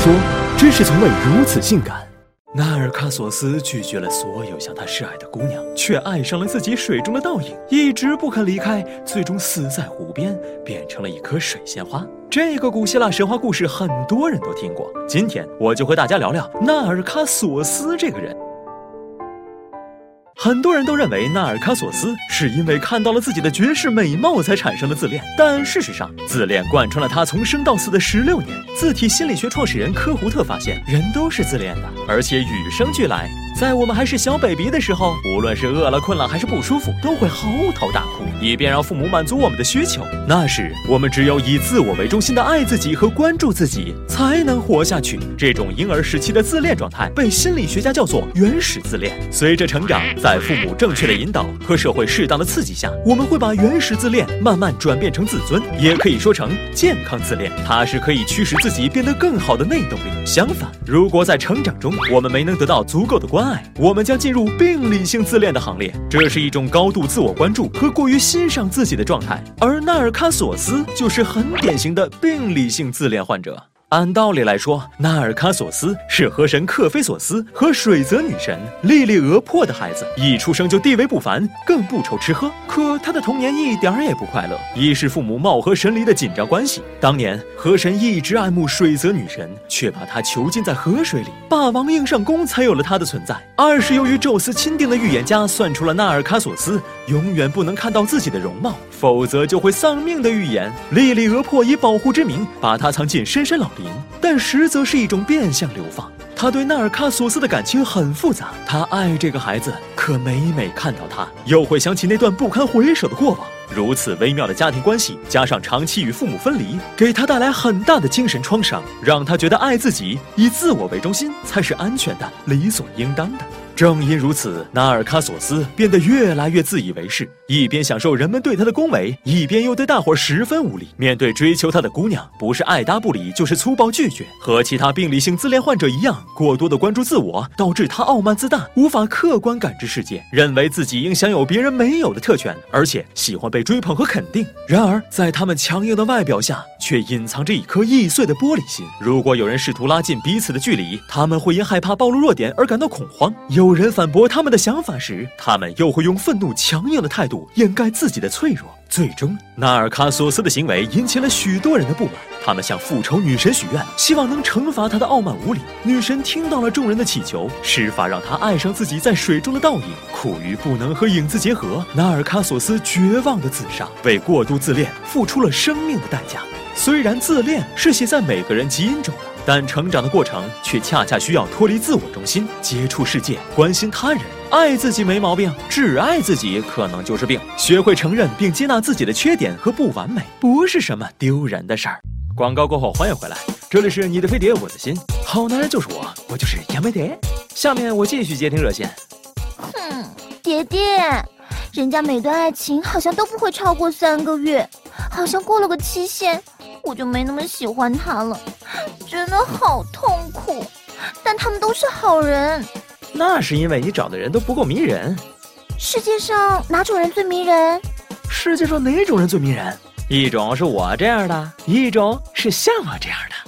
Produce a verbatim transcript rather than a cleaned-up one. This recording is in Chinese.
说，真是从未如此性感。纳尔喀索斯拒绝了所有向他示爱的姑娘，却爱上了自己水中的倒影，一直不肯离开，最终死在湖边，变成了一颗水仙花。这个古希腊神话故事很多人都听过，今天我就和大家聊聊纳尔喀索斯这个人。很多人都认为纳尔喀索斯是因为看到了自己的绝世美貌才产生的自恋，但事实上，自恋贯穿了他从生到死的十六年。自体心理学创始人科胡特发现，人都是自恋的，而且与生俱来。在我们还是小 baby 的时候，无论是饿了、困了还是不舒服，都会嚎啕大哭，以便让父母满足我们的需求。那时，我们只有以自我为中心的爱自己和关注自己，才能活下去。这种婴儿时期的自恋状态，被心理学家叫做原始自恋。随着成长，在父母正确的引导和社会适当的刺激下，我们会把原始自恋慢慢转变成自尊，也可以说成健康自恋。它是可以驱使自己变得更好的内动力。相反，如果在成长中我们没能得到足够的关爱，我们将进入病理性自恋的行列。这是一种高度自我关注和过于欣赏自己的状态，而纳尔喀索斯就是很典型的病理性自恋患者。按道理来说，纳尔喀索斯是河神克菲索斯和水泽女神莉莉俄珀的孩子，一出生就地位不凡，更不愁吃喝。可他的童年一点也不快乐，一是父母貌合神离的紧张关系。当年河神一直爱慕水泽女神，却把她囚禁在河水里，霸王硬上弓才有了她的存在。二是由于宙斯钦定的预言家算出了纳尔喀索斯永远不能看到自己的容貌，否则就会丧命的预言。莉莉俄珀以保护之名把他藏进深山老林，但实则是一种变相流放。他对纳尔喀索斯的感情很复杂，他爱这个孩子，可每每看到他，又会想起那段不堪回首的过往。如此微妙的家庭关系，加上长期与父母分离，给他带来很大的精神创伤，让他觉得爱自己，以自我为中心才是安全的、理所应当的。正因如此，纳尔喀索斯变得越来越自以为是，一边享受人们对他的恭维，一边又对大伙十分无礼。面对追求他的姑娘，不是爱答不理，就是粗暴拒绝。和其他病理性自恋患者一样，过多的关注自我，导致他傲慢自大，无法客观感知世界，认为自己应享有别人没有的特权，而且喜欢被追捧和肯定。然而，在他们强硬的外表下，却隐藏着一颗易碎的玻璃心。如果有人试图拉近彼此的距离，他们会因害怕暴露弱点而感到恐慌。有人反驳他们的想法时，他们又会用愤怒强硬的态度掩盖自己的脆弱。最终，纳尔喀索斯的行为引起了许多人的不满，他们向复仇女神许愿，希望能惩罚她的傲慢无礼。女神听到了众人的祈求，施法让她爱上自己在水中的倒影。苦于不能和影子结合，纳尔喀索斯绝望的自杀，为过度自恋付出了生命的代价。虽然自恋是写在每个人基因中的，但成长的过程却恰恰需要脱离自我中心，接触世界，关心他人。爱自己没毛病，只爱自己可能就是病。学会承认并接纳自己的缺点和不完美，不是什么丢人的事儿。广告过后，欢迎回来，这里是你的飞碟，我的心。好男人就是我，我就是杨梅蝶。下面我继续接听热线。 哼，蝶蝶，人家每段爱情好像都不会超过三个月，好像过了个期限，我就没那么喜欢他了，真的好痛苦。但他们都是好人。 那是因为你找的人都不够迷人。 世界上哪种人最迷人？ 世界上哪种人最迷人？一种是我这样的，一种是像我这样的。